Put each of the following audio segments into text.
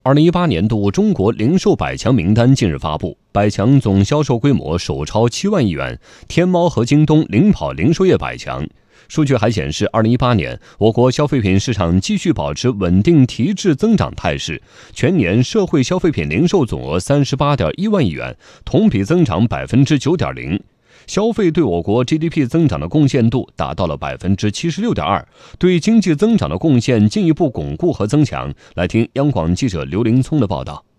2018年度中国零售百强名单近日发布，百强总销售规模首超7万亿元，天猫和京东领跑零售业百强。数据还显示，2018年我国消费品市场继续保持稳定提质增长态势，全年社会消费品零售总额38.1万亿元，同比增长9.0%。消费对我国 GDP 增长的贡献度达到了76.2%，对经济增长的贡献进一步巩固和增强。来听央广记者刘林聪的报道。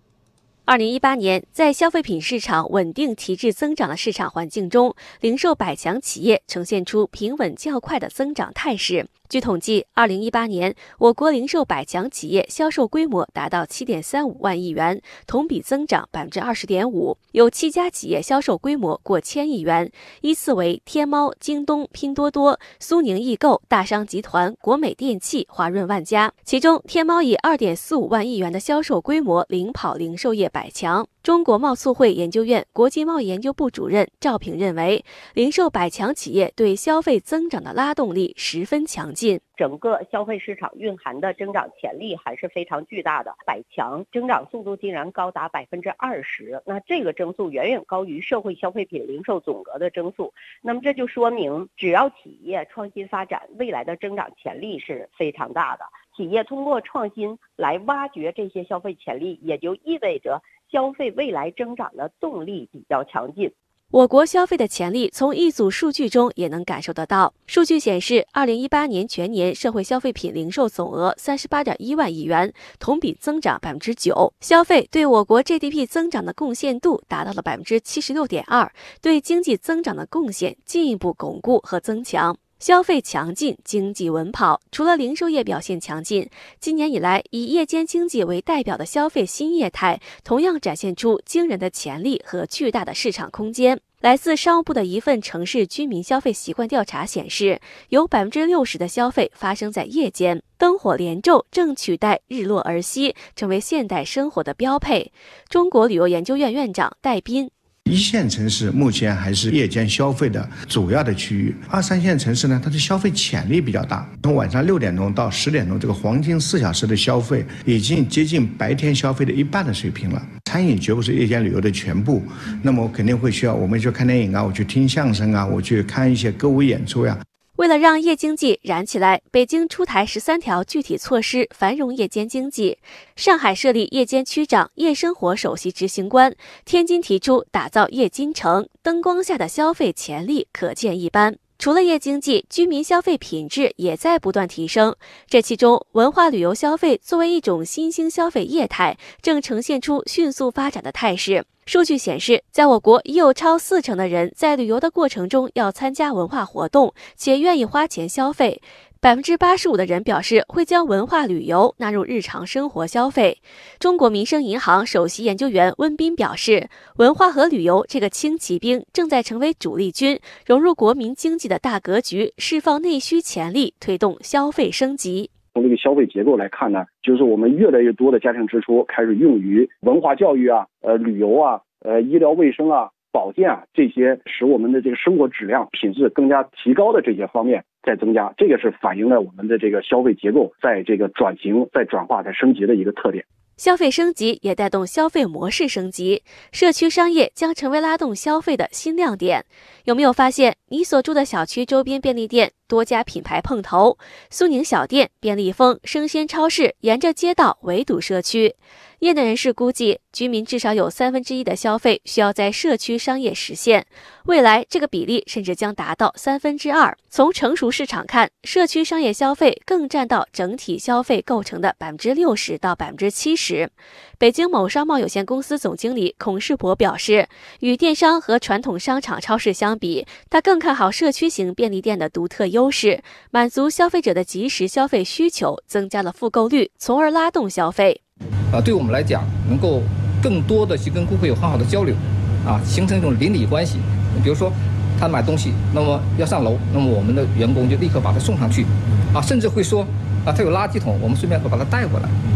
2018年，在消费品市场稳定提质增长的市场环境中，零售百强企业呈现出平稳较快的增长态势。据统计，2018年我国零售百强企业销售规模达到7.35万亿元，同比增长20.5%，有7家企业销售规模过1000亿元，依次为天猫、京东、拼多多、苏宁易购、大商集团、国美电器、华润万家。其中，天猫以2.45万亿元的销售规模领跑零售业百强。中国贸促会研究院国际贸易研究部主任赵平认为，零售百强企业对消费增长的拉动力十分强劲。 整个消费市场蕴含的增长潜力还是非常巨大的，百强增长速度竟然高达20%，那这个增速远远高于社会消费品零售总额的增速。那么这就说明，只要企业创新发展，未来的增长潜力是非常大的。企业通过创新来挖掘这些消费潜力，也就意味着消费未来增长的动力比较强劲。 我国消费的潜力从一组数据中也能感受得到。数据显示，2018年全年社会消费品零售总额38.1万亿元，同比增长9%。消费对我国 GDP 增长的贡献度达到了76.2%，对经济增长的贡献进一步巩固和增强。消费强劲，经济稳跑。除了零售业表现强劲，今年以来以夜间经济为代表的消费新业态同样展现出惊人的潜力和巨大的市场空间。来自商务部的一份城市居民消费习惯调查显示，有60%的消费发生在夜间，灯火连昼正取代日落而息，成为现代生活的标配。中国旅游研究院院长戴斌。 一线城市目前还是夜间消费的主要的区域，2、3线城市呢，它的消费潜力比较大。从晚上6点钟到10点钟，这个黄金4小时的消费已经接近白天消费的一半的水平了。餐饮绝不是夜间旅游的全部，那么我肯定会需要我们去看电影啊，我去听相声啊，我去看一些歌舞演出呀。 为了让夜经济燃起来，北京出台13条具体措施，繁荣夜间经济。上海设立夜间区长、夜生活首席执行官。天津提出打造夜金城，灯光下的消费潜力可见一斑。除了夜经济，居民消费品质也在不断提升。这其中，文化旅游消费作为一种新兴消费业态，正呈现出迅速发展的态势。数据显示，在我国已有超40%的人在旅游的过程中要参加文化活动，且愿意花钱消费。85%的人表示会将文化旅游纳入日常生活消费。中国民生银行首席研究员温彬表示，文化和旅游这个轻骑兵正在成为主力军，融入国民经济的大格局，释放内需潜力，推动消费升级。 从这个消费结构来看呢，就是我们越来越多的家庭支出开始用于文化教育啊、旅游啊、医疗卫生啊、保健啊，这些使我们的这个生活质量品质更加提高的这些方面在增加，这个是反映了我们的这个消费结构在这个转型、在转化、在升级的一个特点。 消费升级也带动消费模式升级，社区商业将成为拉动消费的新亮点。有没有发现，你所住的小区周边便利店多家品牌碰头？苏宁小店、便利蜂、生鲜超市沿着街道围堵社区。业内人士估计，居民至少有1/3的消费需要在社区商业实现，未来这个比例甚至将达到2/3。从成熟市场看，社区商业消费更占到整体消费构成的60%到70%。北京某商贸有限公司总经理孔世博表示，与电商和传统商场超市相比，他更看好社区型便利店的独特优势，满足消费者的即时消费需求，增加了复购率，从而拉动消费。 对我们来讲，能够更多的去跟顾客有很好的交流，形成一种邻里关系。比如说，他买东西，那么要上楼，那么我们的员工就立刻把他送上去，甚至会说，他有垃圾桶，我们顺便会把他带过来。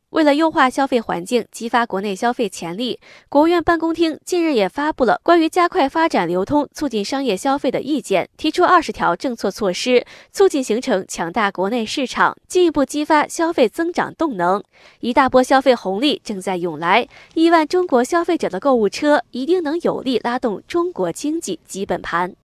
为了优化消费环境，激发国内消费潜力，国务院办公厅近日也发布了关于加快发展流通、促进商业消费的意见，提出20条政策措施，促进形成强大国内市场，进一步激发消费增长动能。一大波消费红利正在涌来，1万中国消费者的购物车一定能有力拉动中国经济基本盘。